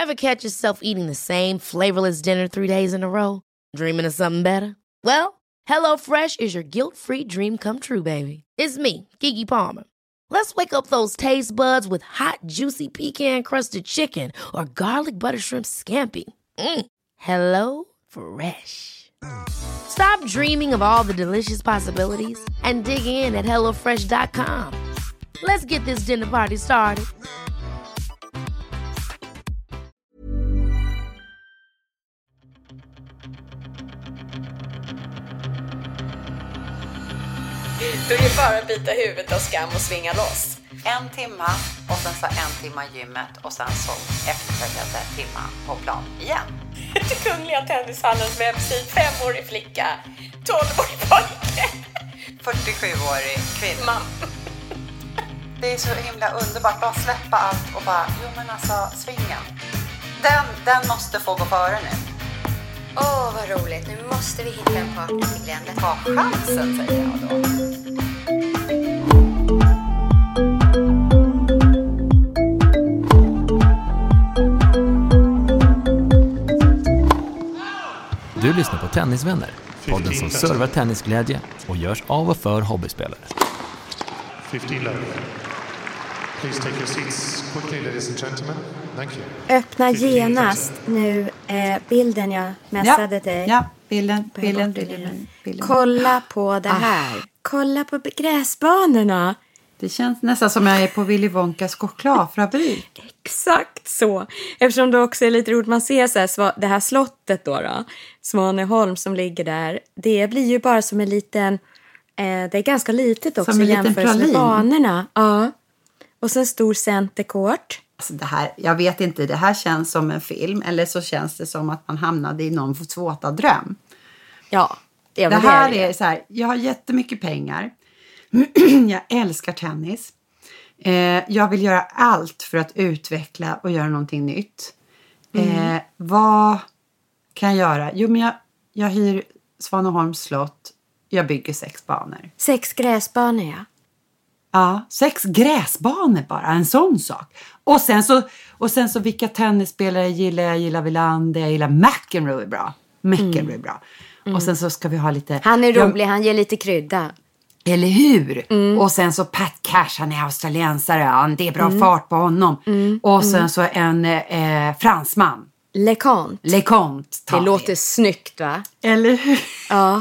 Ever catch yourself eating the same flavorless dinner 3 days in a row? Dreaming of something better? Well, HelloFresh is your guilt-free dream come true, baby. It's me, Keke Palmer. Let's wake up those taste buds with hot, juicy pecan-crusted chicken or garlic butter shrimp scampi. Hello Fresh. Stop dreaming of all the delicious possibilities and dig in at HelloFresh.com. Let's get this dinner party started. Då är det bara att bita huvudet av skam och svinga loss. 1 timma och sen så 1 timma gymmet och sen så efterföljande timma på plan igen. Till Kungliga Tennishallens webbsida, 5-årig flicka, 12-årig pojke, 47-årig kvinna. man. Det är så himla underbart, bara släppa allt och bara, jo men alltså svingen. Den måste få gå före nu. Åh, vad roligt. Nu måste vi hitta en partner till Glenn. Ta chansen, säger jag då. Du lyssnar på Tennisvänner, podden som servar tennisglädje och görs av och för hobbyspelare. 15 love. Please take your seats quickly, ladies and gentlemen. Thank you. Öppna genast nu bilden jag messade dig. Ja, bilden. Kolla på det här. Kolla på gräsbanorna. Det känns nästan som jag är på Willy Wonkas chokladfabrik. Exakt så. Eftersom det också är lite roligt. Man ser så här, det här slottet då. Svaneholm som ligger där. Det blir ju bara som en liten... det är ganska litet också i jämförelse med banorna. Ja. Och sen stor centercourt. Alltså det här, jag vet inte, det här känns som en film. Eller så känns det som att man hamnade i någon svåta dröm. Ja. Det här är så här, jag har jättemycket pengar. Jag älskar tennis. Jag vill göra allt för att utveckla och göra någonting nytt. Vad kan jag göra? Jo, men jag hyr Svaneholms slott. Jag bygger 6 banor. 6 gräsbanor, ja. Ja, 6 gräsbanor bara. En sån sak. Och sen så vilka tennisspelare gillar jag? Gillar Wilander. Jag gillar McEnroe är bra. McEnroe är bra. Och sen så ska vi ha lite... Han är rolig, han ger lite krydda. Eller hur? Och sen så Pat Cash, han är australiensare. Det är bra fart på honom. Och sen så en fransman. LeConte. Det låter snyggt, va? Eller hur? Ja.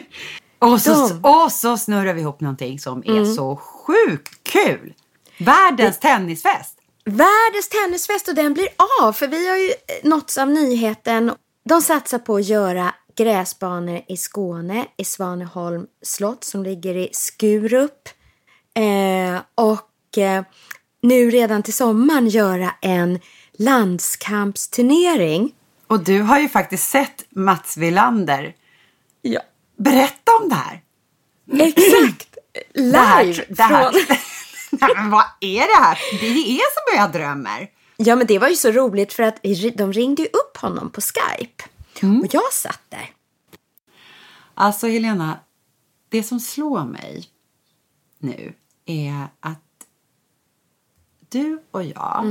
och så snurrar vi ihop någonting som är så sjukt kul. Världens tennisfest. Världens tennisfest, och den blir av. För vi har ju nåtts av nyheten. De satsar på att göra gräsbanor i Skåne, i Svaneholm slott som ligger i Skurup. Och nu redan till sommaren göra en landskampsturnering. Och du har ju faktiskt sett Mats Wilander. Ja. Berätta om det här. Exakt. Live. Det här. Men vad är det här? Det är som jag drömmer. Ja, men det var ju så roligt för att de ringde ju upp honom på Skype. Och jag satt där. Alltså Helena, det som slår mig nu är att du och jag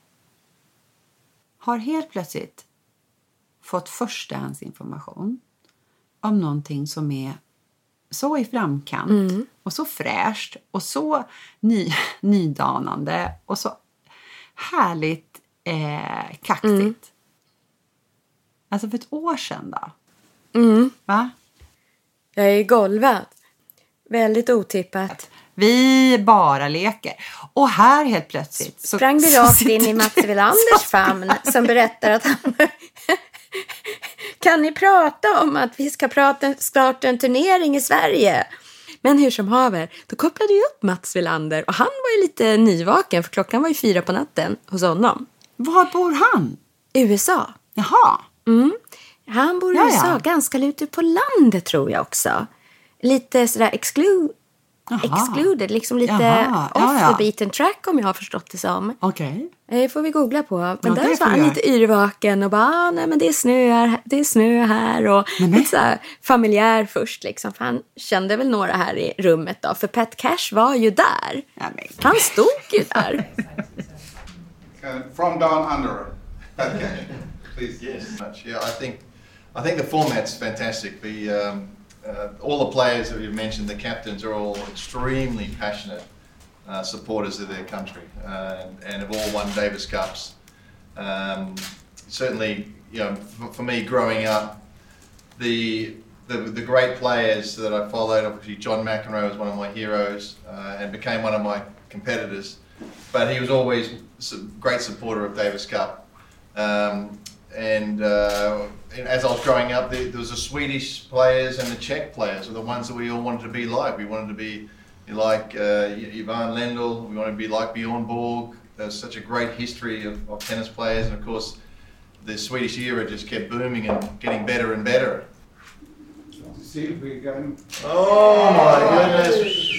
har helt plötsligt fått förstahandsinformation om någonting som är så i framkant och så fräscht och så nydanande och så härligt kaxigt. Alltså för ett år sedan då. Va? Jag är golvad. Väldigt otippat. Vi bara leker. Och här helt plötsligt så sprang vi rakt in i Mats Wilanders famn som berättar att han... Kan ni prata om att vi ska starta en turnering i Sverige? Men hur som haver, då kopplade ju upp Mats Wilander. Och han var ju lite nyvaken, för klockan var ju 4 på natten hos honom. Var bor han? USA. Jaha. Han bor i USA, ganska ute på landet tror jag också. Lite sådär excluded, liksom lite off the beaten track om jag har förstått det som. Okej. Det får vi googla på. Men där var han lite yrvaken och bara, nej men det är snö här. Och lite såhär familjär först liksom. För han kände väl några här i rummet då. För Pat Cash var ju där. Han stod ju där. From down under. Okay, please. Yes. Much. Yeah, I think the format's fantastic. All the players that you've mentioned, the captains, are all extremely passionate supporters of their country and have all won Davis Cups. Certainly, for me growing up, the great players that I followed, obviously John McEnroe was one of my heroes and became one of my competitors, but he was always a great supporter of Davis Cup. And as I was growing up, there was the Swedish players and the Czech players are the ones that we all wanted to be like. We wanted to be like Ivan Lendl, we wanted to be like Bjorn Borg. There's such a great history of tennis players, and of course the Swedish era just kept booming and getting better and better. See if we can. Oh my goodness!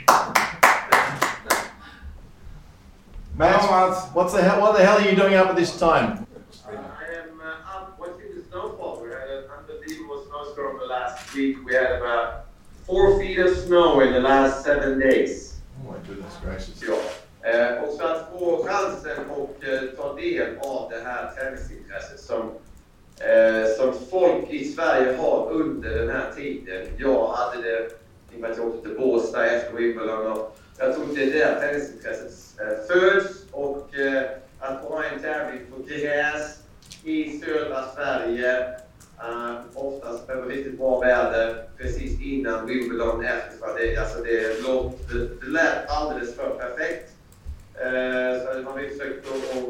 Mats, what the hell are you doing up at this time? I am up watching the snowfall. We had an unbelievable snowstorm the last week. We had about 4 feet of snow in the last 7 days. Oh my goodness gracious. Ja. Och så att få chansen och ta del av det här tennisintresset som folk i Sverige har under den här tiden. Jag hade det, i och med att jag åkte till Båstad efter Wimbledon, och jag tror det är där tennisintresset föds, och att ha en tävling på gräs i södra Sverige, oftast med riktigt bra väder precis innan Wimbledon, efter det lät alldeles för perfekt. Så man har försökt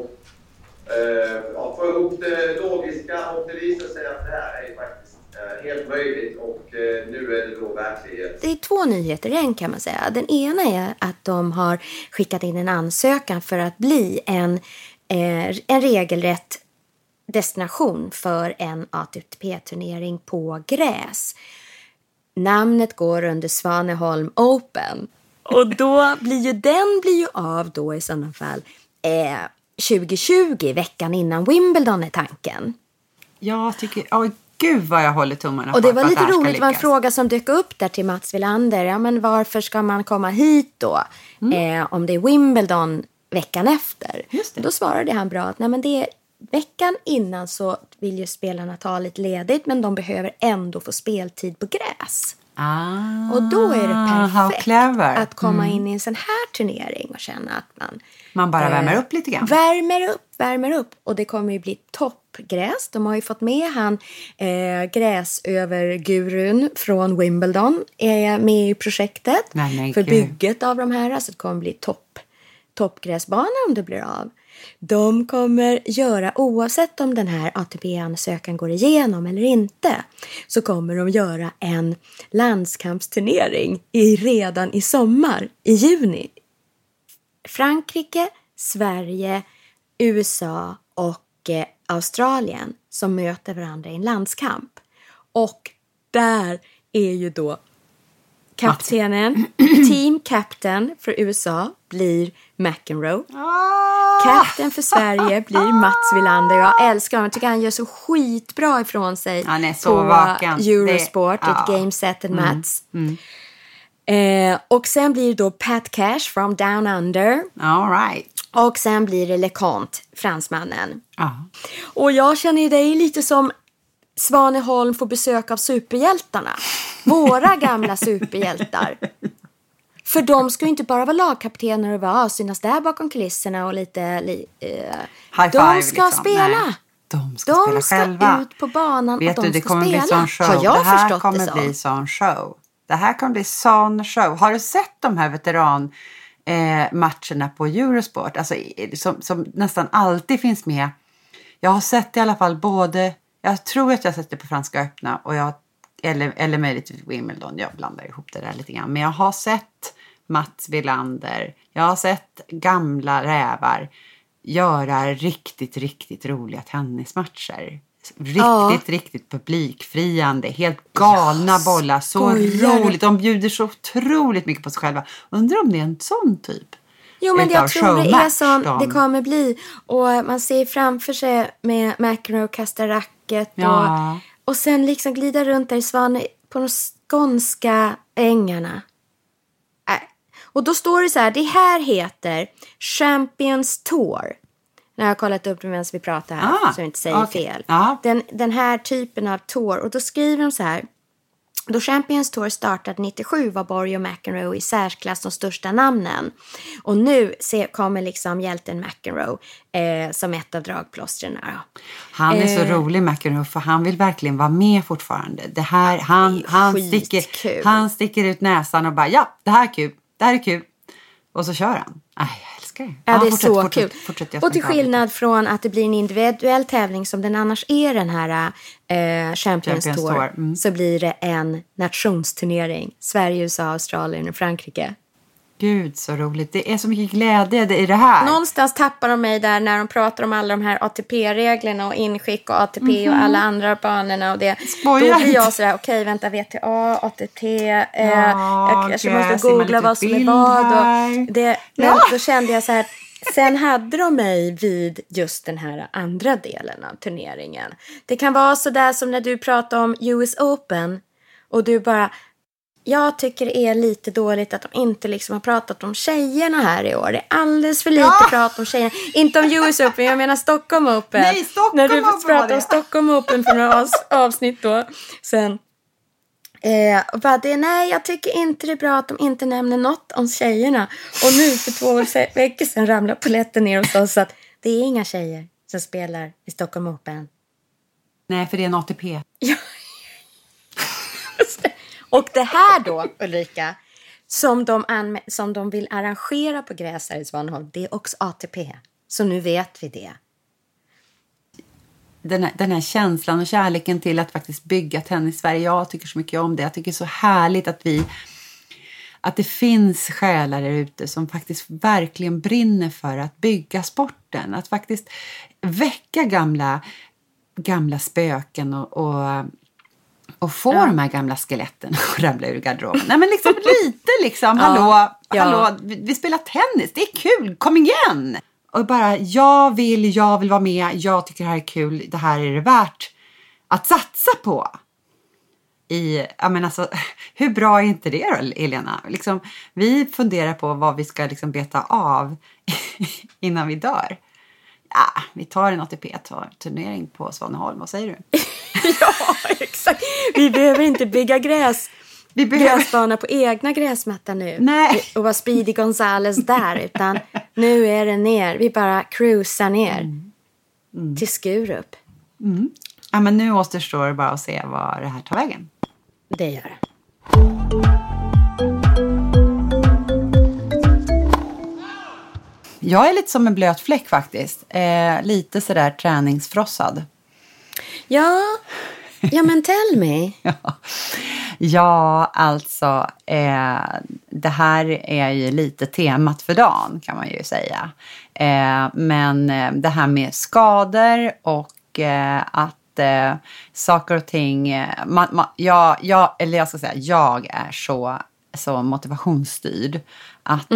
att få ihop det logiska, och det visar sig att det här är faktiskt helt möjligt, och nu är det då verklighet. Det är 2 nyheter igen, kan man säga. Den ena är att de har skickat in en ansökan för att bli en regelrätt destination för en ATP-turnering på gräs. Namnet går under Svaneholm Open. Och då blir ju av då i sådana fall 2020, veckan innan Wimbledon är tanken. Jag tycker, gud vad jag håller tummarna. Och det var lite roligt, det var en fråga som dök upp där till Mats Wilander. Ja, men varför ska man komma hit då? Om det är Wimbledon veckan efter. Just det. Då svarade han bra att nej, men det är veckan innan, så vill ju spelarna ta lite ledigt, men de behöver ändå få speltid på gräs. Och då är det perfekt att komma in i en sån här turnering och känna att man bara värmer upp lite grann. Värmer upp. Och det kommer ju bli toppgräs. De har ju fått med gräsövergurun från Wimbledon med i projektet. För bygget av de här. Så det kommer bli toppgräsbanor om det blir av. De kommer göra, oavsett om den här ATP-ansökan går igenom eller inte, så kommer de göra en landskampsturnering redan i sommar, i juni. Frankrike, Sverige, USA och Australien som möter varandra i en landskamp. Och där är ju då kaptenen, team captain för USA blir McEnroe. Captain för Sverige blir Mats Wilander. Jag älskar honom. Jag tycker han gör så skitbra ifrån sig. Han är så på vaken. Eurosport, ett game set and Mats. Och sen blir det då Pat Cash from Down Under. All right. Och sen blir det LeConte, fransmannen. Och jag känner ju dig lite som Svaneholm får besök av superhjältarna. Våra gamla superhjältar. För de ska ju inte bara vara lagkaptener och synas där bakom kulisserna och lite high de five, ska liksom. spela. Nej, de ska själva. Ut på banan. Vet och de du, det ska kommer spela. bli sån show. Har jag det här förstått kommer det så? bli sån show. Det här kommer bli sån show. Har du sett de här veteranmatcherna på Eurosport? Alltså, som nästan alltid finns med. Jag har sett i alla fall både... Jag tror att jag har sett det på Franska öppna och eller möjligtvis Wimbledon. Jag blandar ihop det där lite grann. Men jag har sett Mats Wilander. Jag har sett gamla rävar göra riktigt, riktigt roliga tennismatcher. Riktigt publikfriande. Helt galna bollar. Så roligt. De bjuder så otroligt mycket på sig själva. Undrar om det är en sån typ. Jo, men jag tror det är sån det kommer bli. Och man ser framför sig med McEnroe kasta racket. Och sen liksom glida runt där i på de skånska ängarna. Och då står det så här. Det här heter Champions Tour. när jag har kollat upp det medan vi pratar här, så jag inte säger fel. Den här typen av tour, och då skriver de så här: då Champions Tour startade 97 var Borg och McEnroe i särklass de största namnen. Och nu kommer liksom hjälten McEnroe som ett av dragplåstren. Han är så rolig, McEnroe, för han vill verkligen vara med fortfarande. Det här, han sticker ut näsan och bara, ja, det här är kul. Och så kör han. Jag älskar det. Ja, det är så kul. Och till skillnad från att det blir en individuell tävling som den annars är, den här Champions Tour. Så blir det en nationsturnering. Sverige, USA, Australien och Frankrike. Gud, så roligt. Det är så mycket glädje i det här. Någonstans tappar de mig där när de pratar om alla de här ATP-reglerna och inskick och ATP och alla andra banorna och det. Spoiler. Då blir jag sådär, okej, vänta, VTA, ATP, jag kanske måste googla vad som är vad. Men då kände jag så här, sen hade de mig vid just den här andra delen av turneringen. Det kan vara så där som när du pratar om US Open och du bara... Jag tycker det är lite dåligt att de inte liksom har pratat om tjejerna här i år. Det är alldeles för lite prat om tjejerna. Inte om US Open, jag menar Stockholm Open. Nej, Stockholm när du Open pratade om Stockholm Open för några avsnitt då. Sen, nej, jag tycker inte det är bra att de inte nämner något om tjejerna. Och nu för 2 veckor sedan ramlade polletten ner hos oss att det är inga tjejer som spelar i Stockholm Open. Nej, för det är en ATP. Ja. Och det här då, Ulrika, som de vill arrangera på gräs här i Svaneholm, det är också ATP. Så nu vet vi det. Den här känslan och kärleken till att faktiskt bygga tennis i Sverige. Jag tycker så mycket om det. Jag tycker det är så härligt att det finns själar där ute som faktiskt verkligen brinner för att bygga sporten. Att faktiskt väcka gamla spöken och få de här gamla skeletten och ramla ur garderoben. Nej, men liksom lite liksom. Hallå, vi spelar tennis. Det är kul. Kom igen. Och bara, jag vill vara med. Jag tycker det här är kul. Det här är det värt att satsa på. Alltså, hur bra är inte det då, Elena? Liksom, vi funderar på vad vi ska liksom beta av innan vi dör. Ja, vi tar en ATP-turnering på Svaneholm. Vad säger du? Ja, exakt. Vi behöver inte bygga gräsbana på egna gräsmattor nu. Nej. Och vara Speedy Gonzales där. Utan nu är det ner. Vi bara cruisar ner till Skurup. Ja, men nu återstår det bara att se vad det här tar vägen. Det gör det. Jag är lite som en blöt fläck faktiskt. Lite sådär träningsfrossad. Ja, men tell me. Ja, alltså det här är ju lite temat för dagen kan man ju säga. Men det här med skador och att saker och ting... jag är så motivationsstyrd att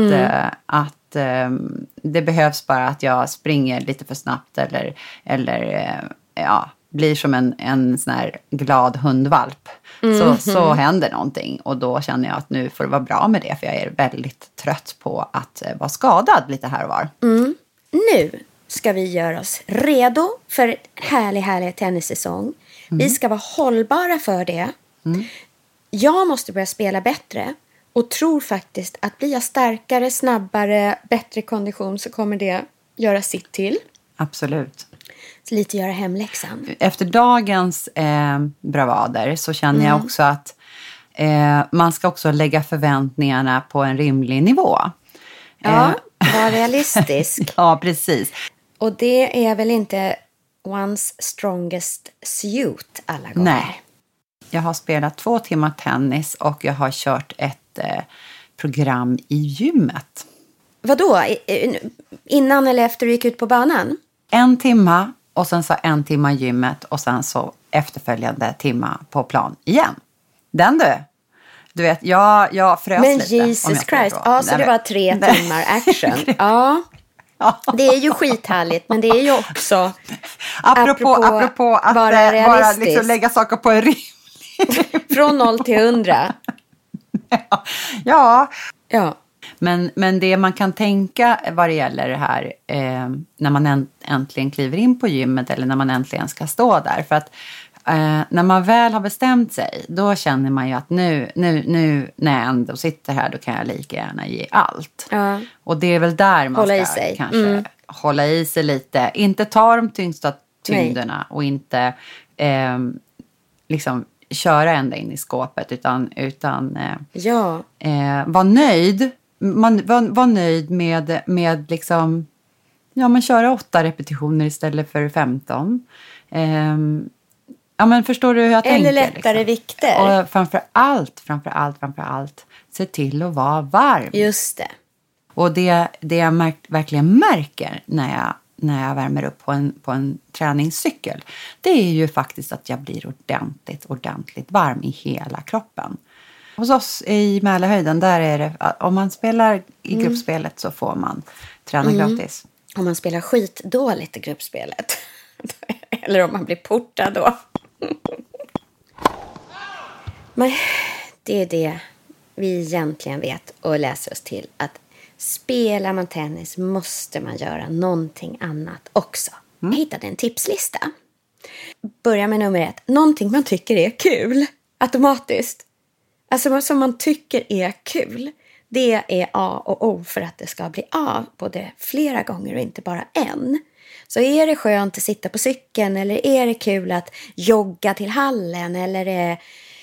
det behövs bara att jag springer lite för snabbt eller blir som en sån här glad hundvalp. Så händer någonting och då känner jag att nu får det vara bra med det, för jag är väldigt trött på att vara skadad lite här och var. Nu ska vi göra oss redo för härlig tennissäsong. Vi ska vara hållbara för det. Jag måste börja spela bättre och tror faktiskt att blir jag starkare, snabbare, bättre kondition så kommer det göra sitt till. Absolut. Så lite göra hemläxan. Efter dagens bravader så känner jag också att man ska också lägga förväntningarna på en rimlig nivå. Ja, var realistisk. Ja, precis. Och det är väl inte one's strongest suit alla gånger. Nej. Jag har spelat 2 timmar tennis och jag har kört ett program i gymmet. Vadå? Innan eller efter du gick ut på banan? 1 timma och sen så 1 timma i gymmet och sen så efterföljande timma på plan igen. Du vet, jag frös men lite. Men Jesus Christ, så det var 3 timmar action. Ja. Det är ju skithärligt, men det är ju också apropå att bara liksom lägga saker på en rimlig från 0 till 100. Ja. Men det man kan tänka vad det gäller det här när man äntligen kliver in på gymmet eller när man äntligen ska stå där. För att när man väl har bestämt sig, då känner man ju att nu när jag ändå sitter här, då kan jag lika gärna ge allt. Ja. Och det är väl där man ska kanske hålla i sig lite. Inte ta de tyngsta tyngderna och inte liksom köra ända in i skåpet utan vara nöjd. Var nöjd med liksom, men köra 8 repetitioner istället för 15. Men förstår du hur jag tänker? Eller lättare vikter. Och framför allt, se till att vara varm. Just det. Och det jag verkligen märker när jag värmer upp på en träningscykel, det är ju faktiskt att jag blir ordentligt varm i hela kroppen. Hos oss i Mälarhöjden, där är det, om man spelar i gruppspelet så får man träna gratis. Om man spelar skitdåligt i gruppspelet. Eller om man blir portad då. Men det är det vi egentligen vet och läser oss till. Att spelar man tennis måste man göra någonting annat också. Jag hittade en tipslista. Börja med nummer 1. Någonting man tycker är kul. Automatiskt. Alltså som man tycker är kul. Det är A och O för att det ska bli av. Både flera gånger och inte bara en. Så är det skönt att sitta på cykeln. Eller är det kul att jogga till hallen. Eller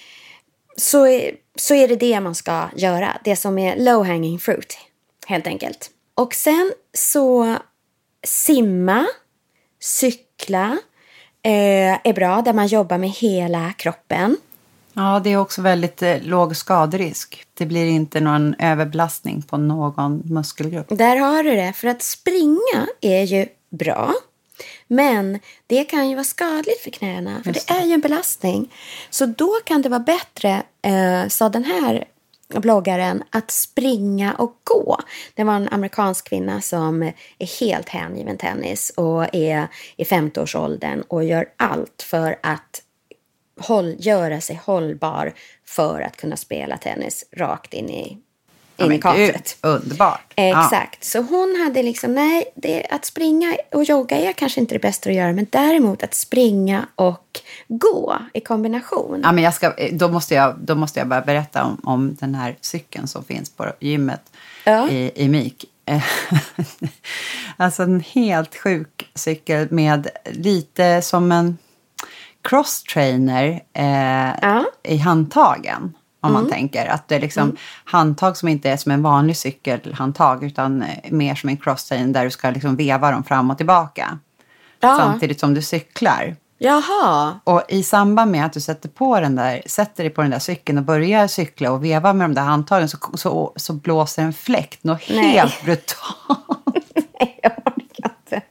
så är det man ska göra. Det som är low hanging fruit. Helt enkelt. Och sen så simma. Cykla. Är bra. Där man jobbar med hela kroppen. Ja, det är också väldigt låg skaderisk. Det blir inte någon överbelastning på någon muskelgrupp. Där har du det. För att springa är ju bra. Men det kan ju vara skadligt för knäna. För det är ju en belastning. Så då kan det vara bättre, sa den här bloggaren, att springa och gå. Det var en amerikansk kvinna som är helt hängiven tennis. Och är i 50-årsåldern. Och gör allt för att göra sig hållbar för att kunna spela tennis rakt in i kaklet. Underbart. Exakt. Ja. Så hon hade liksom, att springa och jogga är kanske inte det bästa att göra, men däremot att springa och gå i kombination. Ja, men då måste jag bara berätta om den här cykeln som finns på gymmet i MIK. Alltså en helt sjuk cykel med lite som en cross-trainer i handtagen. Om man tänker att det är liksom handtag som inte är som en vanlig cykelhandtag utan mer som en cross-trainer där du ska liksom veva dem fram och tillbaka. Samtidigt som du cyklar. Jaha. Och i samband med att du sätter dig på den där cykeln och börjar cykla och veva med de där handtagen så blåser en fläkt. Något helt brutalt. Nej, jag orkar inte.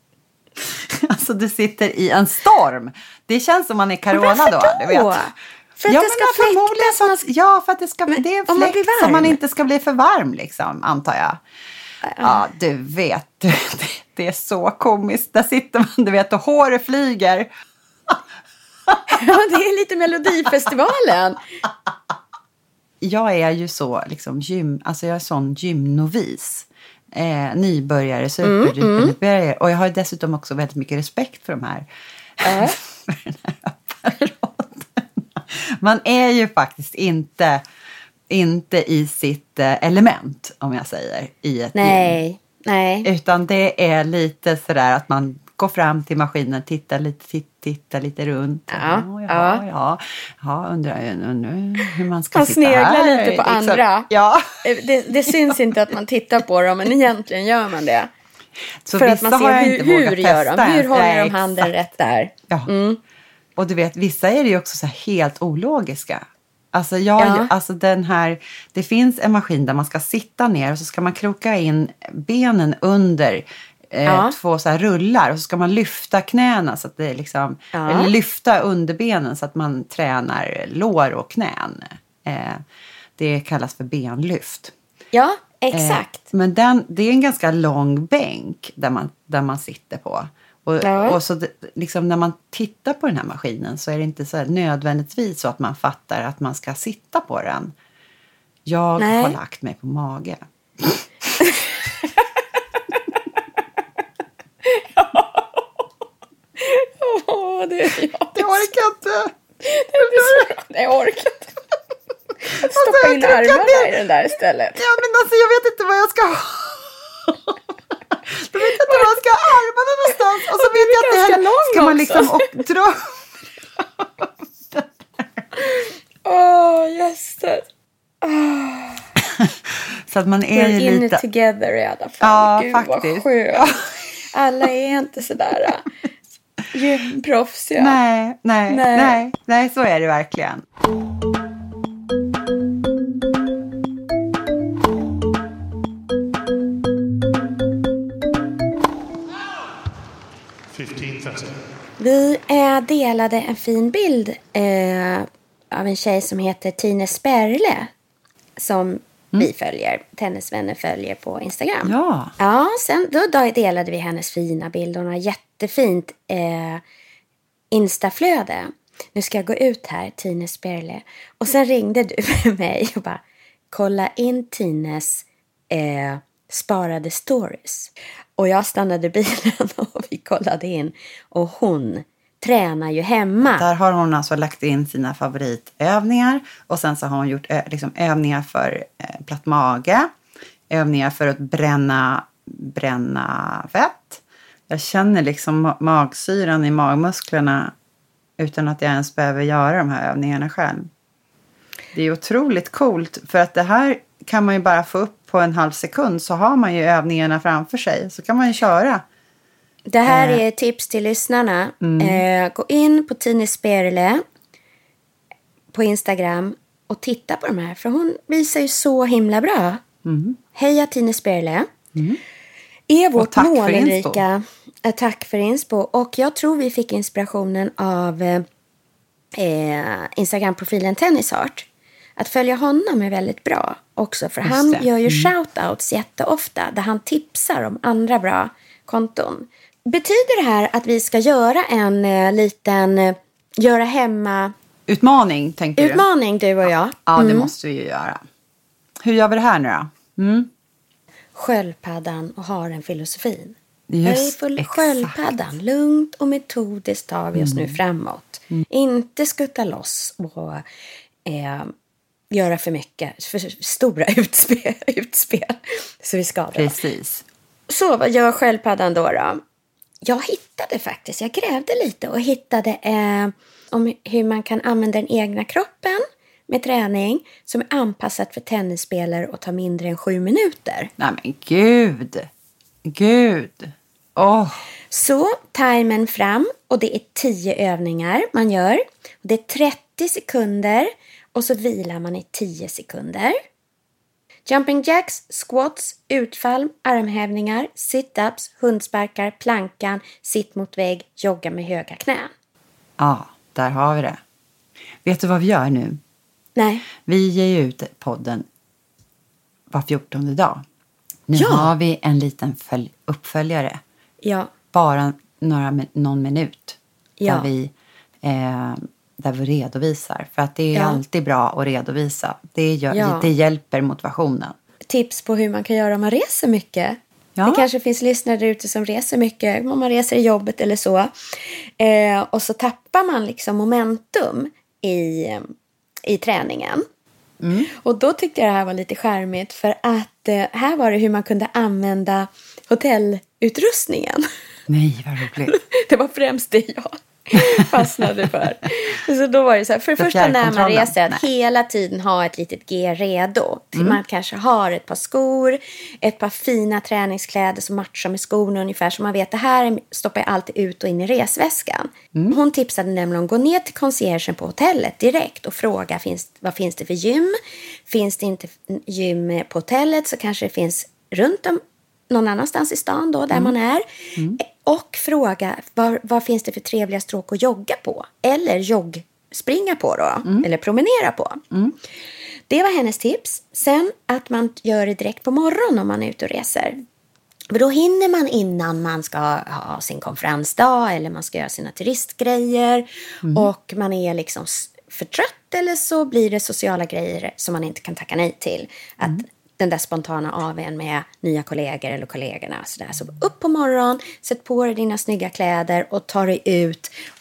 Alltså du sitter i en storm. Det känns som man är Carola då. Du vet. För att det ska fläktas. För att det är en fläkt som man inte ska bli för varm liksom, antar jag. Ja, du vet. Det är så komiskt. Där sitter man, du vet, och håret flyger. Ja, det är lite Melodifestivalen. Jag är ju så liksom jag är sån gymnovis. Nybörjare, supernybörjare. Och jag har dessutom också väldigt mycket respekt för de här. För den här apparaten. Man är ju faktiskt inte i sitt element, om jag säger, i ett gym. Nej. Utan det är lite sådär att man går fram till maskinen, tittar lite runt. Undrar hur man ska sitta här. Man sneglar lite på liksom. andra. Ja. Det syns inte att man tittar på dem, men egentligen gör man det. Så för att man ser hur gör de? Hur håller de handen rätt där? Ja. Och du vet, vissa är det ju också så här helt ologiska. Alltså, det finns en maskin där man ska sitta ner och så ska man kroka in benen under 2 så här rullar och så ska man lyfta knäna så att det är liksom, eller lyfta underbenen så att man tränar lår och knän. Det kallas för benlyft. Ja, exakt. Men det är en ganska lång bänk där man sitter på. Och så liksom när man tittar på den här maskinen så är det inte så nödvändigtvis så att man fattar att man ska sitta på den. Jag har lagt mig på mage. det är jag. Jag orkar inte. Jag orkar inte. Stoppa in armarna i den där istället. Ja, men alltså jag vet inte vad jag ska ha. Jag vet inte var jag ska ha armarna någonstans. Och så vet jag inte heller. Ska man liksom dra. Jösses. Så att man är ju in lite... it together i alla fall. Ja, Gud, faktiskt. vad skönt. Alla är inte sådär gymproffsiga. Nej, så är det verkligen. Vi delade en fin bild av en tjej som heter Tine Sperle. Som vi följer, tennisvänner följer på Instagram. Ja, sen då delade vi hennes fina bild. Hon har jättefint Instaflöde. Nu ska jag gå ut här, Tine Sperle. Och sen ringde du med mig och bara, kolla in Tines sparade stories. Och jag stannade bilen och vi kollade in. Och hon tränar ju hemma. Där har hon alltså lagt in sina favoritövningar. Och sen så har hon gjort liksom övningar för platt mage. Övningar för att bränna fett. Jag känner liksom magsyran i magmusklerna utan att jag ens behöver göra de här övningarna själv. Det är otroligt coolt för att det här kan man ju bara få upp på en halv sekund, så har man ju övningarna framför sig. Så kan man ju köra. Det här är tips till lyssnarna. Gå in på Tine Sperle på Instagram och titta på de här. För hon visar ju så himla bra. Heja Tine Sperle. Är vårt målrika... Tack för inspo. Och jag tror vi fick inspirationen av Instagram-profilen Tennisart. Att följa honom är väldigt bra också. För han gör ju shoutouts jätteofta. Där han tipsar om andra bra konton. Betyder det här att vi ska göra en liten göra hemma... Utmaning, tänker du? Utmaning, du och jag. Ja, det måste vi ju göra. Hur gör vi det här nu då? Sköldpaddan och haren-filosofin. Just, sköldpaddan. Lugnt och metodiskt tar vi oss nu framåt. Inte skutta loss och göra för mycket, för stora utspel så vi skadar. Precis. Så vad gör sköldpaddan då? Jag grävde lite och hittade om hur man kan använda den egna kroppen med träning som är anpassat för tennisspelare och tar mindre än 7 minuter. Nej men gud. Så timern fram och det är 10 övningar man gör. Och det är 30 sekunder och så vilar man i 10 sekunder. Jumping jacks, squats, utfall, armhävningar, sit-ups, hundsparkar, plankan, sitt mot vägg, jogga med höga knän. Ja, där har vi det. Vet du vad vi gör nu? Nej. Vi ger ju ut podden var 14:e dag. Nu har vi en liten uppföljare. Ja. Bara någon minut. Ja. Där vi redovisar. För att det är alltid bra att redovisa. Det hjälper motivationen. Tips på hur man kan göra om man reser mycket. Ja. Det kanske finns lyssnare där ute som reser mycket. Om man reser i jobbet eller så. Och så tappar man liksom momentum i träningen. Och då tyckte jag det här var lite charmigt. För att här var det hur man kunde använda hotellutrustningen. Nej, vad roligt. Det var främst det jag fastnade för. Så då var det så här, för det första när man reser att hela tiden ha ett litet G redo. Man kanske har ett par skor, ett par fina träningskläder som matchar med skorna ungefär. Så man vet, det här stoppar jag alltid ut och in i resväskan. Hon tipsade nämligen om att gå ner till conciergen på hotellet direkt och fråga vad finns det för gym. Finns det inte gym på hotellet så kanske det finns runt om någon annanstans i stan då, där man är. Och fråga, vad finns det för trevliga stråk att jogga på? Eller springa på då. Eller promenera på. Det var hennes tips. Sen att man gör det direkt på morgonen om man är ute och reser. För då hinner man innan man ska ha sin konferensdag. Eller man ska göra sina turistgrejer. Och man är liksom för trött. Eller så blir det sociala grejer som man inte kan tacka nej till. Att den där spontana AW:n med nya kollegor eller kollegorna. Så upp på morgonen, sätt på dig dina snygga kläder och ta dig ut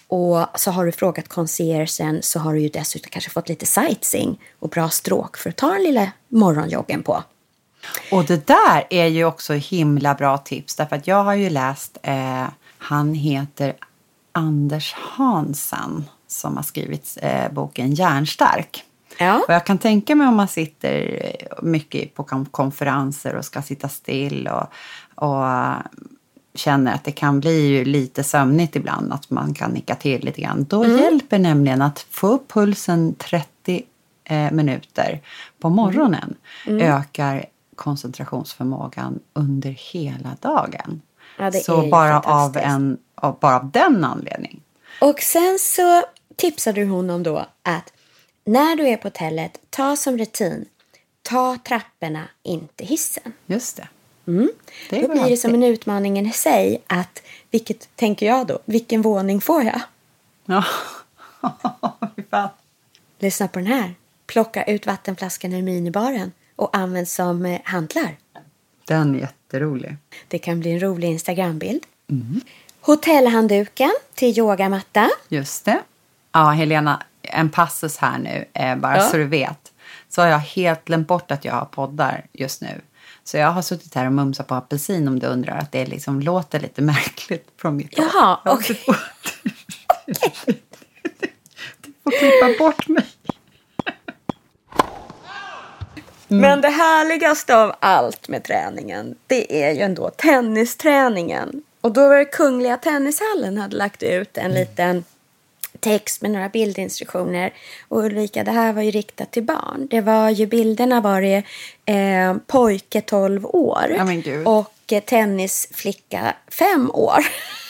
Och så har du frågat conciergen, så har du ju dessutom kanske fått lite sightseeing och bra stråk för att ta den lilla morgonjoggen på. Och det där är ju också himla bra tips. Därför att jag har ju läst, han heter Anders Hansen som har skrivit boken Hjärnstark. Ja. Och jag kan tänka mig om man sitter mycket på konferenser och ska sitta still och känner att det kan bli ju lite sömnigt ibland, att man kan nicka till lite grann. Då hjälper nämligen att få upp pulsen 30 minuter på morgonen. Ökar koncentrationsförmågan under hela dagen. Ja, det så är bara av den anledningen. Och sen så tipsade hon om då att när du är på hotellet, ta som rutin, ta trapporna, inte hissen. Just det. Då blir det som en utmaning i sig att, vilket tänker jag då, vilken våning får jag? Ja, fan. Lyssna på den här. Plocka ut vattenflaskan ur minibaren och använd som hantlar. Den är jätterolig. Det kan bli en rolig Instagrambild. Hotellhandduken till yogamatta. Just det. Ja, Helena, en passus här nu, bara så du vet. Så har jag helt glömt bort att jag har poddar just nu. Så jag har suttit här och mumsat på apelsin, om du undrar, att det liksom låter lite märkligt från mitt håll. Jaha, okej. Du får klippa bort mig. Men det härligaste av allt med träningen, det är ju ändå tennisträningen. Och då var det Kungliga Tennishallen hade lagt ut en liten text med några bildinstruktioner. Och Ulrika, det här var ju riktat till barn. Det var ju, bilderna var det pojke 12 år och tennisflicka 5 år.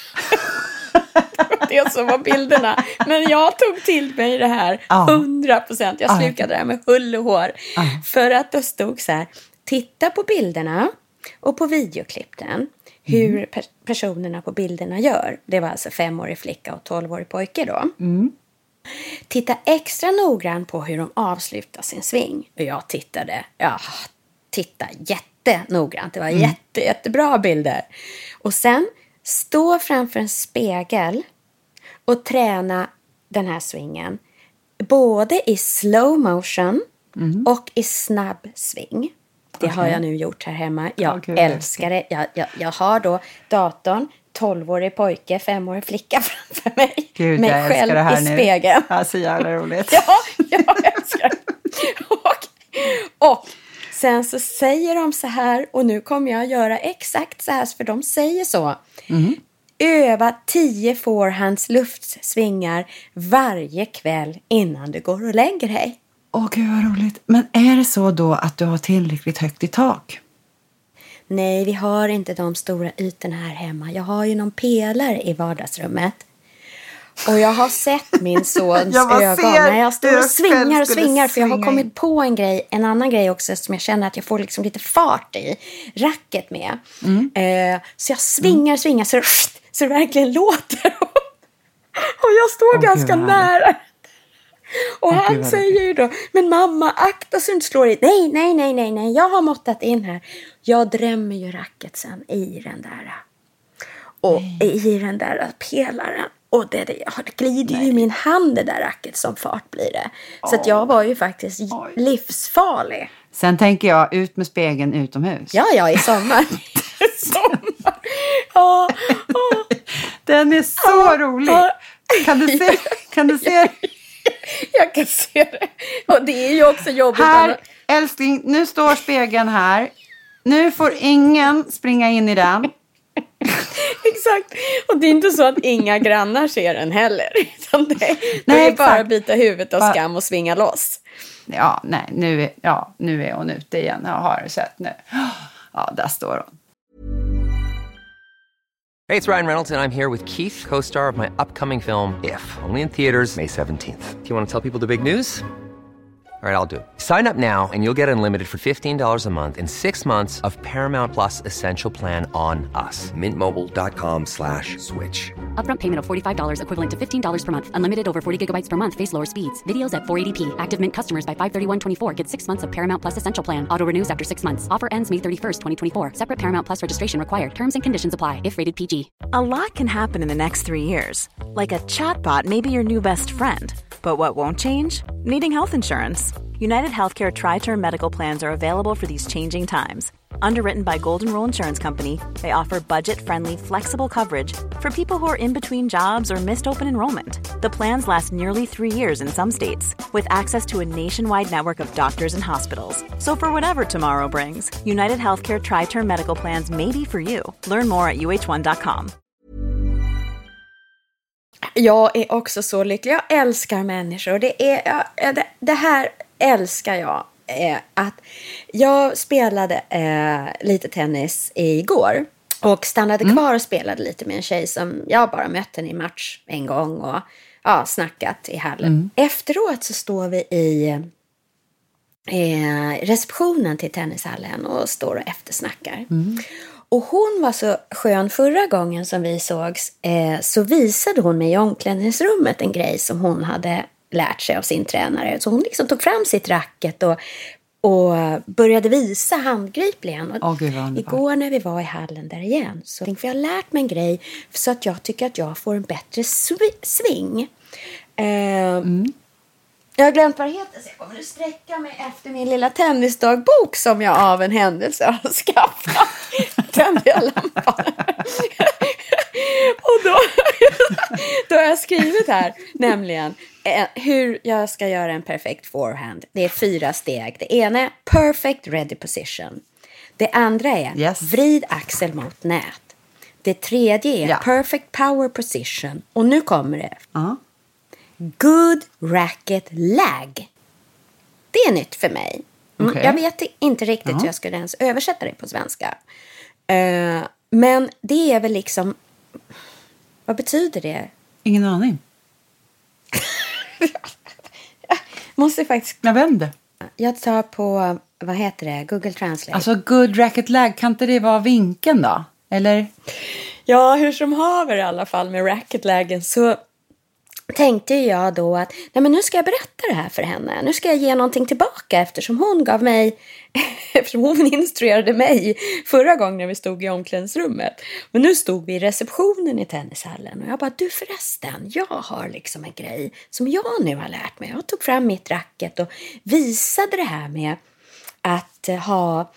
Det som var bilderna. Men jag tog till mig det här 100%. Jag slukade det här med hull och hår. För att det stod så här: titta på bilderna och på videoklippen hur personerna på bilderna gör. Det var alltså 5-årig flicka och 12-årig pojke då. Titta extra noggrant på hur de avslutar sin sving. Och jag tittade jättenoggrant. Det var jättebra bilder. Och sen stå framför en spegel och träna den här swingen. Både i slow motion och i snabb sving. Det har jag nu gjort här hemma. Jag älskar det. Jag har då datorn, 12-årig pojke, 5-årig flicka framför mig. Gud, mig jag själv det här i nu. spegeln. Alltså jävla roligt. Ja, jag älskar det. Och sen så säger de så här, och nu kommer jag göra exakt så här, för de säger så. Öva 10 forehands luftsvingar varje kväll innan du går och lägger dig. Gud vad roligt. Men är det så då att du har tillräckligt högt i tak? Nej, vi har inte de stora ytorna här hemma. Jag har ju någon pelare i vardagsrummet. Och jag har sett min sons ögon när jag står och svingar. För jag har kommit på en annan grej också som jag känner att jag får liksom lite fart i. Racket med. Så jag svingar så det verkligen låter. Och jag står ganska nära. Och han säger ju då, men mamma, akta så du inte slår i. Nej, jag har måttat in här. Jag drämmer ju racket sen i den där. Och i den där pelaren. Och det glider ju i min hand, det där racket, som fart blir det. Så att jag var ju faktiskt livsfarlig. Sen tänker jag ut med spegeln utomhus. Ja, i sommar. Den är så rolig. Kan du se? Jag kan se det. Och det är ju också jobbigt. Här, älskling, nu står spegeln här. Nu får ingen springa in i den. Exakt. Och det är inte så att inga grannar ser den heller. Utan det är bara att bita huvudet av skam och svinga loss. Ja, nej, nu är hon ute igen. Jag har sett nu. Ja, där står hon. Hey, it's Ryan Reynolds, and I'm here with Keith, co-star of my upcoming film, If, only in theaters May 17th. Do you want to tell people the big news? All right, I'll do it. Sign up now and you'll get unlimited for $15 a month and 6 months of Paramount Plus Essential Plan on us. MintMobile.com/switch. Upfront payment of $45 equivalent to $15 per month. Unlimited over 40 gigabytes per month. Face lower speeds. Videos at 480p. Active Mint customers by 531.24 get 6 months of Paramount Plus Essential Plan. Auto renews after 6 months. Offer ends May 31st, 2024. Separate Paramount Plus registration required. Terms and conditions apply if rated PG. A lot can happen in the next 3 years. Like a chatbot may be your new best friend. But what won't change? Needing health insurance. United Healthcare Tri-Term Medical Plans are available for these changing times. Underwritten by Golden Rule Insurance Company, they offer budget-friendly, flexible coverage for people who are in between jobs or missed open enrollment. The plans last nearly 3 years in some states, with access to a nationwide network of doctors and hospitals. So for whatever tomorrow brings, United Healthcare Tri-Term Medical Plans may be for you. Learn more at uh1.com. Jag är också så lycklig. Jag älskar människor. Och det här älskar jag. Att jag spelade lite tennis igår. Och stannade kvar och spelade lite med en tjej som jag bara mötte i match en gång. Och snackat i hallen. Efteråt så står vi i receptionen till tennishallen och står och eftersnackar. Och hon var så skön förra gången som vi sågs, så visade hon mig i omklädningsrummet en grej som hon hade lärt sig av sin tränare. Så hon liksom tog fram sitt racket och började visa handgripligen. Och igår när vi var i hallen där igen så jag har lärt mig en grej så att jag tycker att jag får en bättre sving. Jag har glömt vad det heter, så jag kommer att sträcka mig efter min lilla tennisdagbok som jag av en händelse har skaffat. Tände jag lampan. Och då har jag skrivit här, nämligen hur jag ska göra en perfekt forehand. Det är 4 steg. Det ena är perfect ready position. Det andra är vrid axel mot nät. Det tredje är perfect power position. Och nu kommer det. Good racket lag. Det är nytt för mig. Okay. Jag vet inte riktigt hur jag skulle ens översätta det på svenska. Men det är väl liksom... Vad betyder det? Ingen aning. Jag måste faktiskt... Jag vet inte. Jag tar på, vad heter det? Google Translate. Alltså good racket lag, kan inte det vara vinkeln då? Eller? Ja, hur som haver i alla fall med racketlägen så... tänkte jag då att nej, men nu ska jag berätta det här för henne. Nu ska jag ge någonting tillbaka eftersom hon instruerade mig förra gången när vi stod i omklädningsrummet. Men nu stod vi i receptionen i tennishallen och jag bara, du förresten, jag har liksom en grej som jag nu har lärt mig. Jag tog fram mitt racket och visade det här med att ha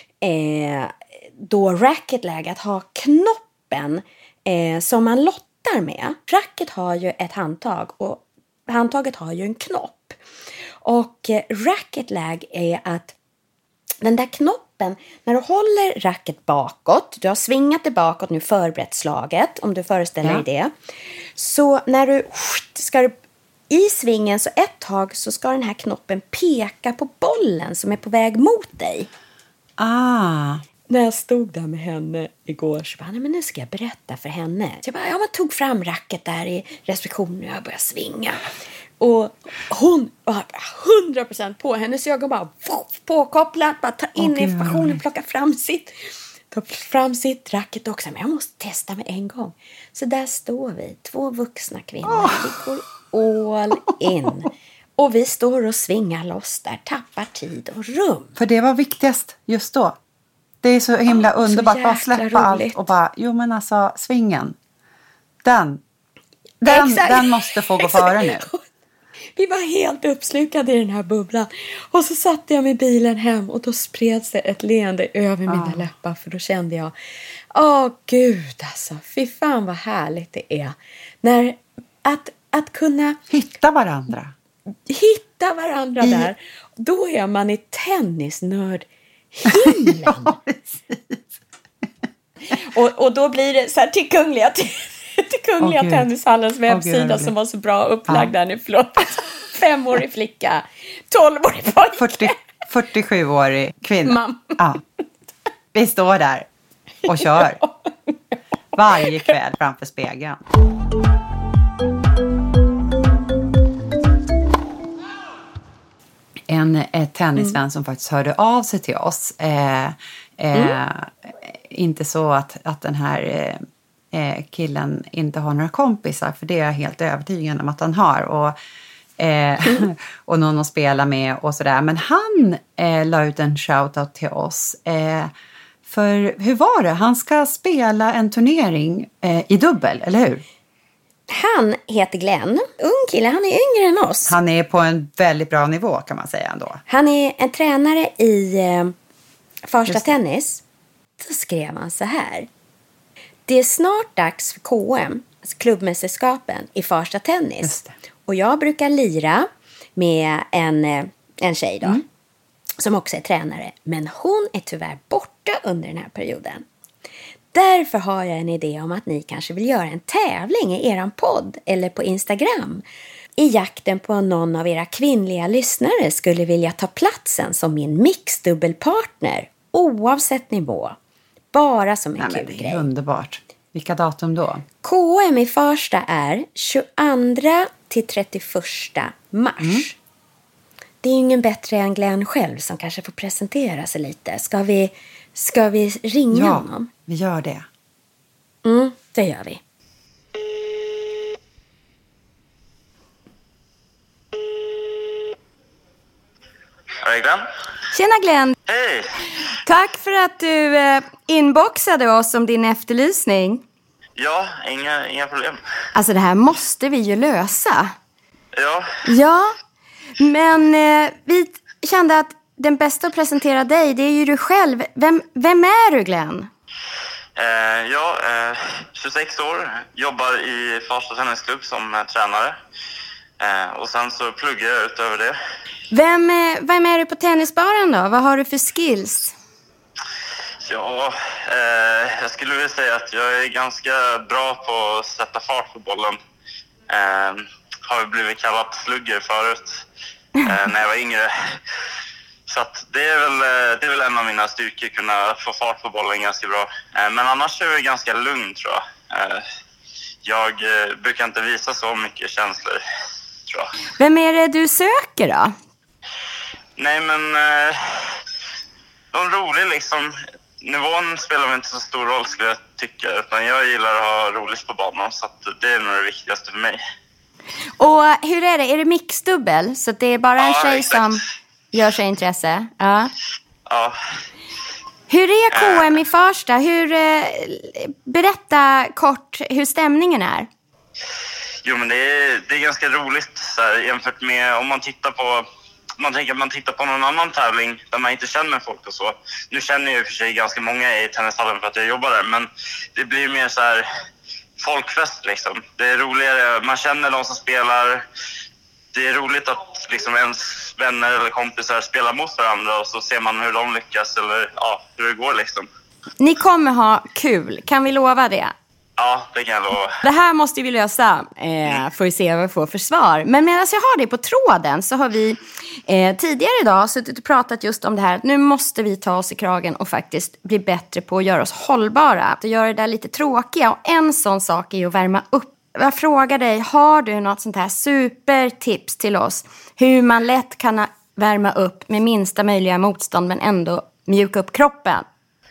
då racketläge, att ha knoppen som man lottar med. Racket har ju ett handtag och handtaget har ju en knopp. Och racketlag är att den där knoppen, när du håller racket bakåt, du har svingat det bakåt, nu förberett slaget, om du föreställer dig det. Så när du ska i svingen så ett tag så ska den här knoppen peka på bollen som är på väg mot dig. När jag stod där med henne igår så bara, nej men nu ska jag berätta för henne. Så jag bara, man tog fram racket där i receptionen och jag började svinga. Och hon var 100% på hennes ögon bara påkopplat, bara ta in informationen, plocka fram sitt racket också. Men jag måste testa med en gång. Så där står vi, 2 vuxna kvinnor. Vi går all in. Och vi står och svingar loss där, tappar tid och rum. För det var viktigast just då. Det är så himla underbart att släppa allt och bara, jo men alltså svingen, den måste få gå före nu. Vi var helt uppslukade i den här bubblan. Och så satte jag mig i bilen hem och då spreds det ett leende över mina läppar. För då kände jag, gud alltså, fy fan vad härligt det är. När, att kunna hitta varandra där. Då är man i tennisnörd himlen. Och då blir det så här till Kungliga Tennishallens webbsida som var så bra upplagd där nu, förlåt. 5-årig flicka, 12-årig pojke, 47-årig kvinna. Mamma. Vi står där och kör varje kväll framför spegeln. tennisvän som faktiskt hörde av sig till oss. Inte så att den här killen inte har några kompisar, för det är jag helt övertygad om att han har. Och någon att spela med och sådär. Men han la ut en shoutout till oss. För hur var det? Han ska spela en turnering i dubbel, eller hur? Han heter Glenn. Ung kille, han är yngre än oss. Han är på en väldigt bra nivå kan man säga ändå. Han är en tränare i Farsta Tennis. Så skrev han så här. Det är snart dags för KM, alltså klubbmästerskapen i Farsta Tennis. Och jag brukar lira med en tjej då. Som också är tränare. Men hon är tyvärr borta under den här perioden. Därför har jag en idé om att ni kanske vill göra en tävling i eran podd eller på Instagram. I jakten på någon av era kvinnliga lyssnare skulle vilja ta platsen som min mixdubbelpartner. Oavsett nivå. Bara som en kul grej. Det är underbart. Vilka datum då? KM i Farsta är 22 till 31 mars. Det är ju ingen bättre än Glenn själv som kanske får presentera sig lite. Ska vi ringa honom? Ja, vi gör det. Det gör vi. Hej Glenn. Tjena Glenn. Hej. Tack för att du inboxade oss om din efterlysning. Ja, inga problem. Alltså det här måste vi ju lösa. Ja. Ja, men vi kände att den bästa att presentera dig, det är ju du själv. Vem är du, Glenn? 26 år, jobbar i Farsta Tennisklubb som tränare. Och sen så pluggar jag utöver det. Vem är du på tennisbaren då? Vad har du för skills? Ja, jag skulle vilja säga att jag är ganska bra på att sätta fart på bollen. Har blivit kallad slugger förut när jag var yngre. Så att det är väl en av mina styrkor, kunna få fart på bollen ganska bra. Men annars är jag ganska lugn tror jag. Jag brukar inte visa så mycket känslor, tror jag. Vem är det du söker då? Nej men, de rolig liksom. Nivån spelar väl inte så stor roll skulle jag tycka. Utan jag gillar att ha roligt på banan, så att det är nog det viktigaste för mig. Och hur är det? Är det mixdubbel? Så det är bara en tjej exakt. som gör sig intresse? Ja. Ja. Hur är KM i Farsta? Berätta kort hur stämningen är. Jo men det är ganska roligt så här, jämfört med om man tittar på... Man tänker att man tittar på någon annan tävling där man inte känner folk och så. Nu känner jag i och för sig ganska många i tennishallen för att jag jobbar där. Men det blir mer så här folkfest liksom. Det är roligare, man känner de som spelar. Det är roligt att liksom ens vänner eller kompisar spelar mot varandra. Och så ser man hur de lyckas eller hur det går liksom. Ni kommer ha kul, kan vi lova det? Ja, det kan jag lova. Det här måste vi lösa för att se vad vi får för svar. Men medan jag har det på tråden så har vi tidigare idag suttit och pratat just om det här. Nu måste vi ta oss i kragen och faktiskt bli bättre på att göra oss hållbara. Att göra det där lite tråkiga. Och en sån sak är ju att värma upp. Jag frågar dig, har du något sånt här supertips till oss? Hur man lätt kan värma upp med minsta möjliga motstånd men ändå mjuka upp kroppen?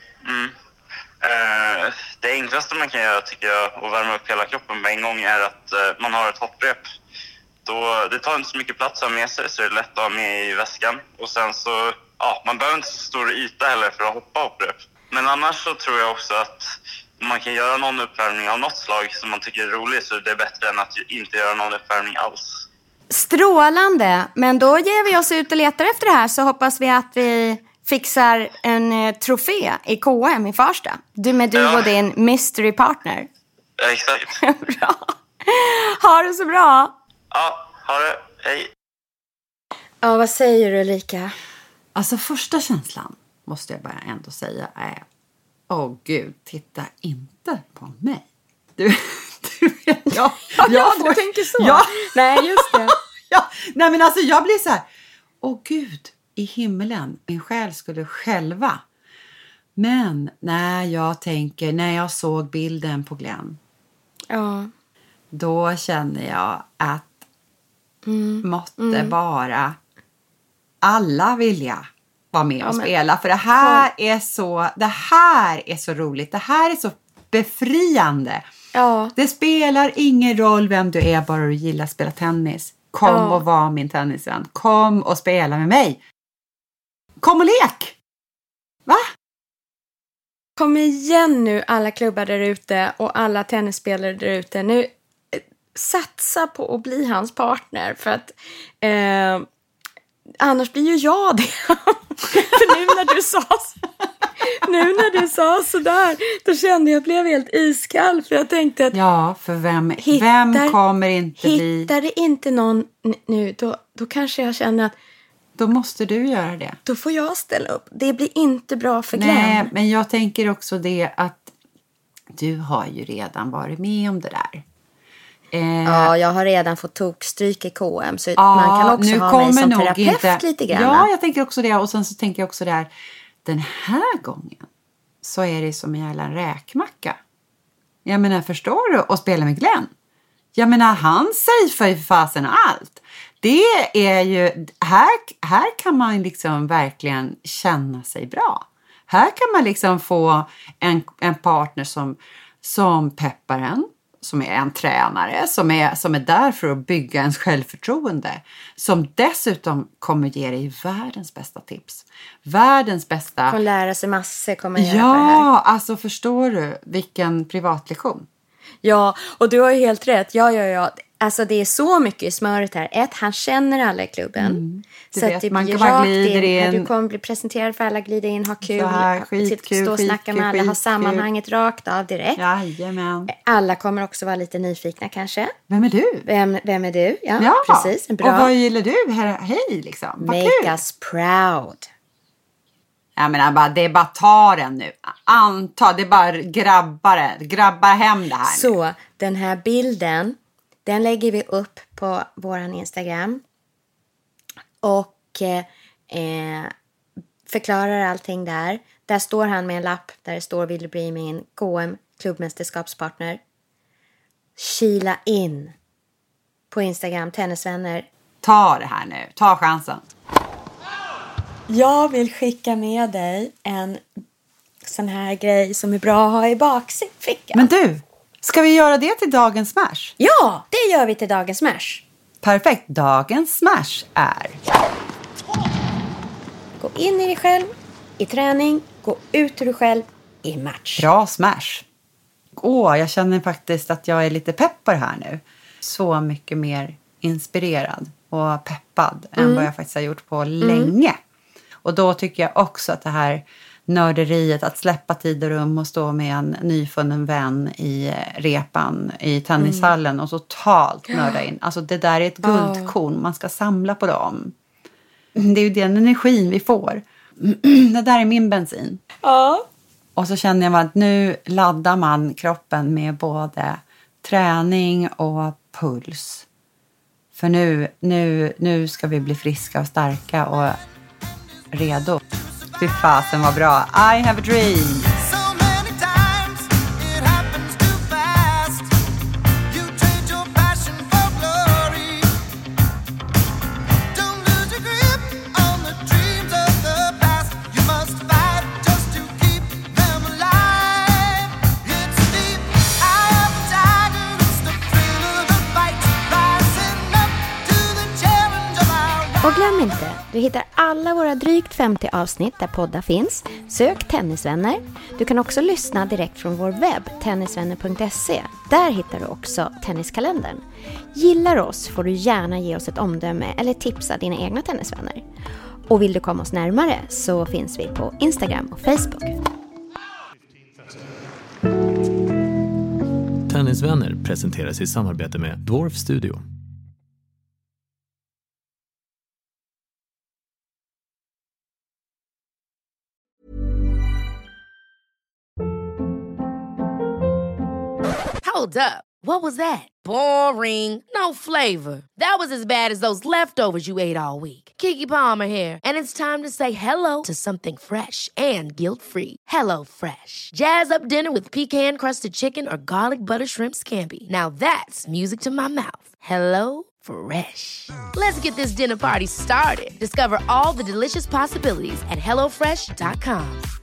Det enklaste man kan göra tycker jag, att värma upp hela kroppen på en gång, är att man har ett hopprep. Det tar inte så mycket plats med sig, så det är lätt att ha med i väskan. Och sen så, man behöver inte så stor yta heller för att hoppa hopprep. Men annars så tror jag också att man kan göra någon uppvärmning av något slag som man tycker är roligt, så det är bättre än att inte göra någon uppvärmning alls. Strålande, men då ger vi oss ut och letar efter det här, så hoppas vi att vi fixar en trofé i KM i Farsta. Du och din mystery partner. Exakt. Bra. Ha det så bra. Ja, ha det. Hej. Ja, vad säger du Ulrika? Alltså första känslan måste jag bara ändå säga är: åh gud, titta inte på mig. Du vet, du tänker så. Ja. Nej, just det. Nej men alltså jag blir så här: åh gud, i himmelen, min själ skulle själva. Men när jag såg bilden på Glenn, då känner jag att måtte bara alla vilja vara med och spela. För det här är så roligt. Det här är så befriande. Ja. Det spelar ingen roll vem du är, bara du gillar att spela tennis. Kom och var min tennisvän. Kom och spela med mig. Kom och lek! Va? Kom igen nu alla klubbar där ute och alla tennisspelare där ute. Nu satsa på att bli hans partner. För att annars blir ju jag det. För nu när du sa sådär, då kände jag blev helt iskall. För jag tänkte att... Ja, för vem kommer inte bli... Hittar det inte någon nu, då kanske jag känner att... Då måste du göra det. Då får jag ställa upp. Det blir inte bra för Glenn. Nej, men jag tänker också det att du har ju redan varit med om det där. Ja, jag har redan fått tokstryk i KM. Så man kan också ha mig som terapeut lite grann. Ja, jag tänker också det. Och sen så tänker jag också där. Den här gången så är det som en jävla räkmacka. Jag menar, förstår du? Och spela med Glenn. Jag menar, han safear ju för fasen allt. Det är ju... Här kan man liksom verkligen känna sig bra. Här kan man liksom få en partner som peppar en. Som är en tränare. Som är där för att bygga ens självförtroende. Som dessutom kommer ge dig världens bästa tips. Världens bästa... Kommer lära sig massor. Kommer göra för det här. Ja, alltså förstår du vilken privatlektion? Ja, och du har ju helt rätt. Ja. Alltså det är så mycket i smöret här. Han känner alla i klubben. Så att det man blir rakt in. Du kommer bli presenterad för alla, glida in, ha kul. Skitkul, stå och snacka med alla, ha sammanhanget rakt av direkt. Jajamän. Alla kommer också vara lite nyfikna kanske. Vem är du? Vem är du? Ja, precis. Bra. Och vad gillar du? Hej liksom. Make us proud. Jag menar, det är bara ta den nu. Det är bara grabbar hem det här. Så, den här bilden, den lägger vi upp på våran Instagram. Och förklarar allting där. Där står han med en lapp där det står: vill du bli min KM klubbmästerskapspartner? Kila in på Instagram, tennisvänner. Ta det här nu, ta chansen. Jag vill skicka med dig en sån här grej som är bra att ha i bakfickan. Men du, ska vi göra det till dagens smash? Ja, det gör vi till dagens smash. Perfekt, dagens smash är... Gå in i dig själv i träning, gå ut ur dig själv i match. Bra smash. Jag känner faktiskt att jag är lite pepp på det här nu. Så mycket mer inspirerad och peppad än vad jag faktiskt har gjort på länge. Och då tycker jag också att det här nörderiet, att släppa tid och rum och stå med en nyfunnen vän i repan i tennishallen och totalt nörda in. Alltså det där är ett guldkorn, man ska samla på dem. Det är ju den energin vi får. Det där är min bensin. Ja. Och så känner jag att nu laddar man kroppen med både träning och puls. För nu ska vi bli friska och starka och redo. Fy fasen vad bra. I have a dream. Och glöm inte, du hittar alla våra drygt 50 avsnitt där poddar finns. Sök Tennisvänner. Du kan också lyssna direkt från vår webb, tennisvänner.se. Där hittar du också tenniskalendern. Gillar oss får du gärna ge oss ett omdöme eller tipsa dina egna tennisvänner. Och vill du komma oss närmare så finns vi på Instagram och Facebook. Tennisvänner presenteras i samarbete med Dwarf Studio. Hold up. What was that? Boring. No flavor. That was as bad as those leftovers you ate all week. Keke Palmer here, and it's time to say hello to something fresh and guilt-free. Hello Fresh. Jazz up dinner with pecan-crusted chicken or garlic butter shrimp scampi. Now that's music to my mouth. Hello Fresh. Let's get this dinner party started. Discover all the delicious possibilities at hellofresh.com.